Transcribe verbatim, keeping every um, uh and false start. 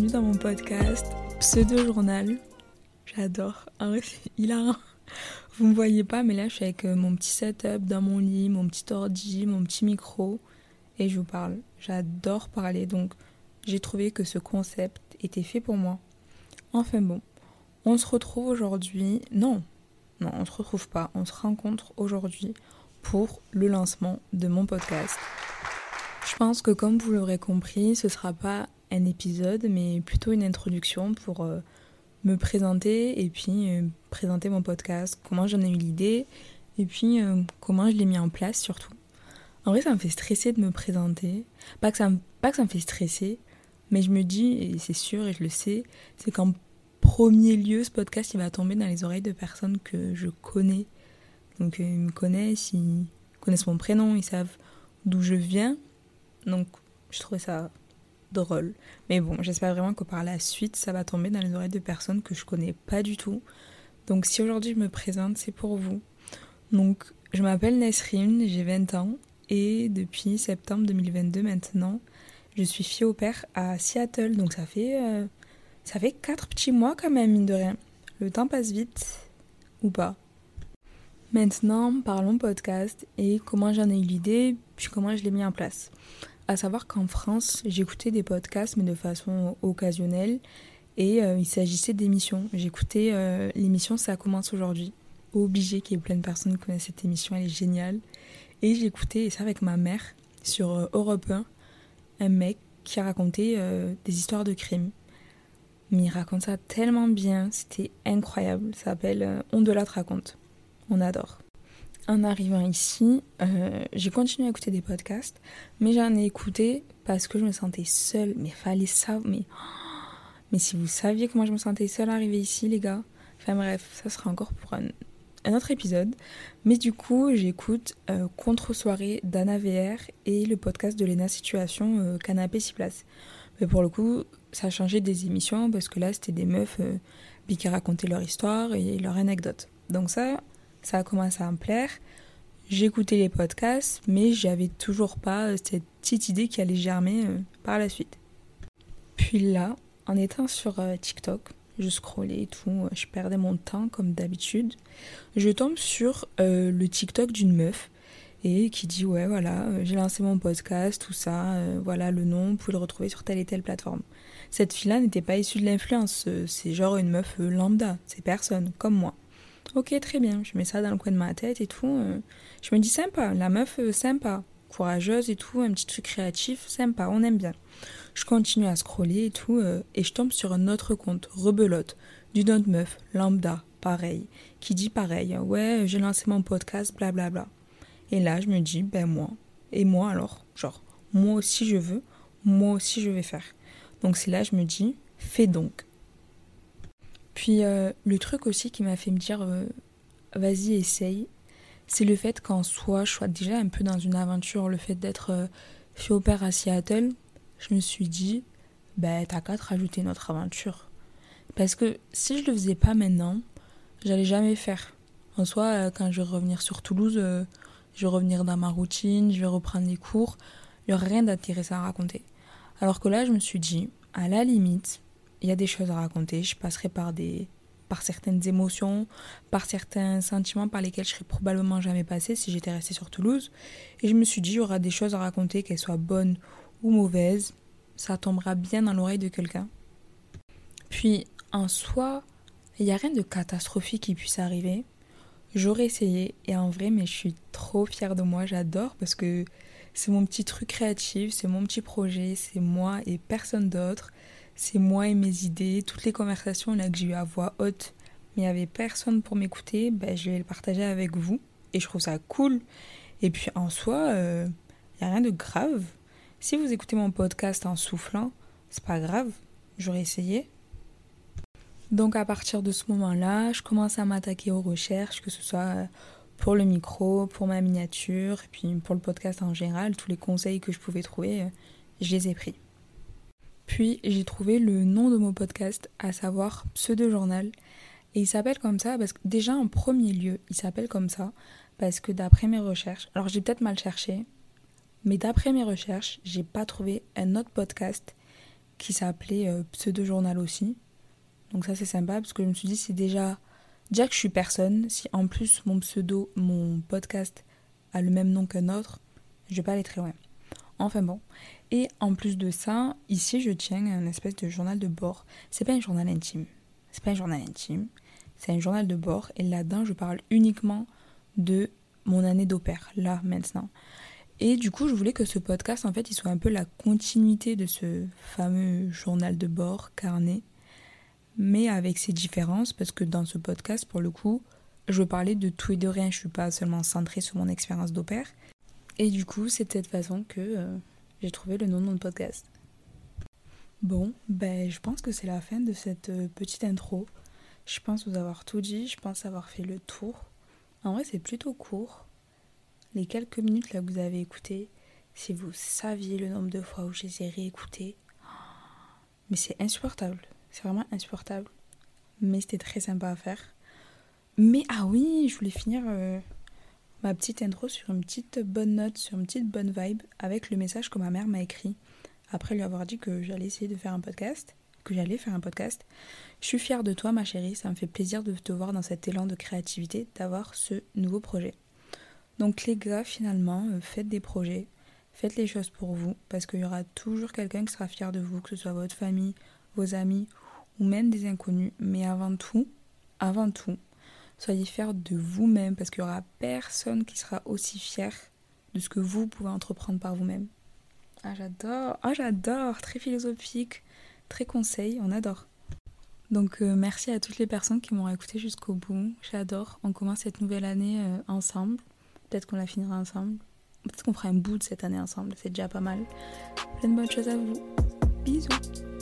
bienvenue dans mon podcast Pseudo Journal. J'adore, en vrai c'est hilarant. Vous me voyez pas, mais là je suis avec mon petit setup dans mon lit, mon petit ordi, mon petit micro et je vous parle. J'adore parler, donc j'ai trouvé que ce concept était fait pour moi. Enfin bon, on se retrouve aujourd'hui, non, non on se retrouve pas, on se rencontre aujourd'hui pour le lancement de mon podcast. Je pense que comme vous l'aurez compris, ce sera pas un épisode, mais plutôt une introduction pour euh, me présenter et puis euh, présenter mon podcast, comment j'en ai eu l'idée et puis euh, comment je l'ai mis en place surtout. En vrai, ça me fait stresser de me présenter. Pas que ça me, pas que ça me fait stresser, mais je me dis, et c'est sûr et je le sais, c'est qu'en premier lieu, ce podcast il va tomber dans les oreilles de personnes que je connais. Donc euh, ils me connaissent, ils connaissent mon prénom, ils savent d'où je viens. Donc je trouvais ça drôle. Mais bon, j'espère vraiment que par la suite, ça va tomber dans les oreilles de personnes que je connais pas du tout. Donc si aujourd'hui je me présente, c'est pour vous. Donc je m'appelle Nesrine, j'ai vingt ans et depuis septembre deux mille vingt-deux maintenant, je suis fille au père à Seattle. Donc ça fait, euh, ça fait quatre petits mois quand même, mine de rien. Le temps passe vite, ou pas. Maintenant, parlons podcast et comment j'en ai eu l'idée, puis comment je l'ai mis en place. À savoir qu'en France, j'écoutais des podcasts, mais de façon occasionnelle, et euh, il s'agissait d'émissions. J'écoutais euh, l'émission Ça commence aujourd'hui. Obligé qu'il y ait plein de personnes qui connaissent cette émission, elle est géniale. Et j'écoutais ça avec ma mère sur euh, Europe un, un mec qui racontait euh, des histoires de crimes. Mais il raconte ça tellement bien, c'était incroyable. Ça s'appelle euh, On de la te raconte. On adore. En arrivant ici, euh, j'ai continué à écouter des podcasts, mais j'en ai écouté parce que je me sentais seule. Mais fallait ça, mais mais si vous saviez comment je me sentais seule arrivée ici, les gars. Enfin bref, ça sera encore pour un, un autre épisode. Mais du coup, j'écoute euh, Contre-soirée d'Anna V R et le podcast de Léna Situation, euh, Canapé six places. Mais pour le coup, ça a changé des émissions parce que là, c'était des meufs euh, qui racontaient leur histoire et leur anecdote. Donc ça, ça a commencé à me plaire. J'écoutais les podcasts, mais j'avais toujours pas cette petite idée qui allait germer euh, par la suite. Puis là, en étant sur euh, TikTok, je scrollais et tout, euh, je perdais mon temps comme d'habitude. Je tombe sur euh, le TikTok d'une meuf et qui dit ouais voilà, euh, j'ai lancé mon podcast, tout ça, euh, voilà le nom, vous pouvez le retrouver sur telle et telle plateforme. Cette fille-là n'était pas issue de l'influence, euh, c'est genre une meuf euh, lambda, c'est personne, comme moi. Ok, très bien, je mets ça dans le coin de ma tête et tout. Euh, je me dis sympa, la meuf euh, sympa, courageuse et tout, un petit truc créatif, sympa, on aime bien. Je continue à scroller et tout, euh, et je tombe sur un autre compte, rebelote, d'une autre meuf, lambda, pareil, qui dit pareil, ouais, j'ai lancé mon podcast, blablabla. Et là, je me dis, ben moi, et moi alors, genre, moi aussi je veux, moi aussi je vais faire. Donc c'est là, je me dis, fais donc. Puis euh, le truc aussi qui m'a fait me dire euh, vas-y essaye, c'est le fait qu'en soi je sois déjà un peu dans une aventure, le fait d'être euh, fille au père à Seattle, je me suis dit bah t'as qu'à te rajouter notre aventure. Parce que si je le faisais pas maintenant, j'allais jamais faire. En soi euh, quand je vais revenir sur Toulouse, euh, je vais revenir dans ma routine, je vais reprendre les cours, il n'y aura rien d'intéressant à raconter. Alors que là je me suis dit, à la limite, il y a des choses à raconter, je passerai par des par certaines émotions, par certains sentiments par lesquels je serais probablement jamais passée si j'étais restée sur Toulouse. Et je me suis dit, il y aura des choses à raconter, qu'elles soient bonnes ou mauvaises, ça tombera bien dans l'oreille de quelqu'un. Puis, en soi, il n'y a rien de catastrophique qui puisse arriver. J'aurais essayé, et en vrai, mais je suis trop fière de moi, j'adore, parce que c'est mon petit truc créatif, c'est mon petit projet, c'est moi et personne d'autre. C'est moi et mes idées, toutes les conversations là que j'ai eues à voix haute, mais il n'y avait personne pour m'écouter, ben, je vais le partager avec vous. Et je trouve ça cool. Et puis en soi, il euh, n'y a rien de grave. Si vous écoutez mon podcast en soufflant, c'est pas grave, j'aurais essayé. Donc à partir de ce moment-là, je commence à m'attaquer aux recherches, que ce soit pour le micro, pour ma miniature, et puis pour le podcast en général, tous les conseils que je pouvais trouver, je les ai pris. Puis j'ai trouvé le nom de mon podcast, à savoir Pseudo Journal. Et il s'appelle comme ça parce que déjà en premier lieu, il s'appelle comme ça parce que d'après mes recherches, alors j'ai peut-être mal cherché, mais d'après mes recherches, j'ai pas trouvé un autre podcast qui s'appelait euh, Pseudo-journal aussi. Donc ça c'est sympa parce que je me suis dit c'est déjà... Déjà que je suis personne, si en plus mon pseudo, mon podcast a le même nom qu'un autre, je vais pas aller très loin. Enfin bon. Et en plus de ça, ici je tiens un espèce de journal de bord. C'est pas un journal intime. C'est pas un journal intime. C'est un journal de bord et là-dedans je parle uniquement de mon année d'au pair, là maintenant. Et du coup je voulais que ce podcast en fait il soit un peu la continuité de ce fameux journal de bord, carnet, mais avec ses différences parce que dans ce podcast pour le coup je veux parler de tout et de rien, je suis pas seulement centrée sur mon expérience d'au pair. Et du coup c'est de cette façon que euh, j'ai trouvé le nom de mon podcast. Bon, ben je pense que c'est la fin de cette euh, petite intro. Je pense vous avoir tout dit, je pense avoir fait le tour. En vrai, c'est plutôt court. Les quelques minutes là que vous avez écoutées, si vous saviez le nombre de fois où je les ai réécoutées. Mais c'est insupportable. C'est vraiment insupportable. Mais c'était très sympa à faire. Mais ah oui, je voulais finir euh, ma petite intro sur une petite bonne note, sur une petite bonne vibe, avec le message que ma mère m'a écrit. Après lui avoir dit que j'allais essayer de faire un podcast. que j'allais faire un podcast. Je suis fière de toi ma chérie, ça me fait plaisir de te voir dans cet élan de créativité, d'avoir ce nouveau projet. Donc les gars, finalement, euh, faites des projets, faites les choses pour vous, parce qu'il y aura toujours quelqu'un qui sera fier de vous, que ce soit votre famille, vos amis, ou même des inconnus. Mais avant tout, avant tout, soyez fiers de vous-même, parce qu'il n'y aura personne qui sera aussi fier de ce que vous pouvez entreprendre par vous-même. Ah j'adore, ah j'adore, très philosophique, très conseil, on adore. Donc euh, merci à toutes les personnes qui m'ont écouté jusqu'au bout, j'adore. On commence cette nouvelle année euh, ensemble, peut-être qu'on la finira ensemble, peut-être qu'on fera un bout de cette année ensemble, c'est déjà pas mal. Plein de bonnes choses à vous, bisous.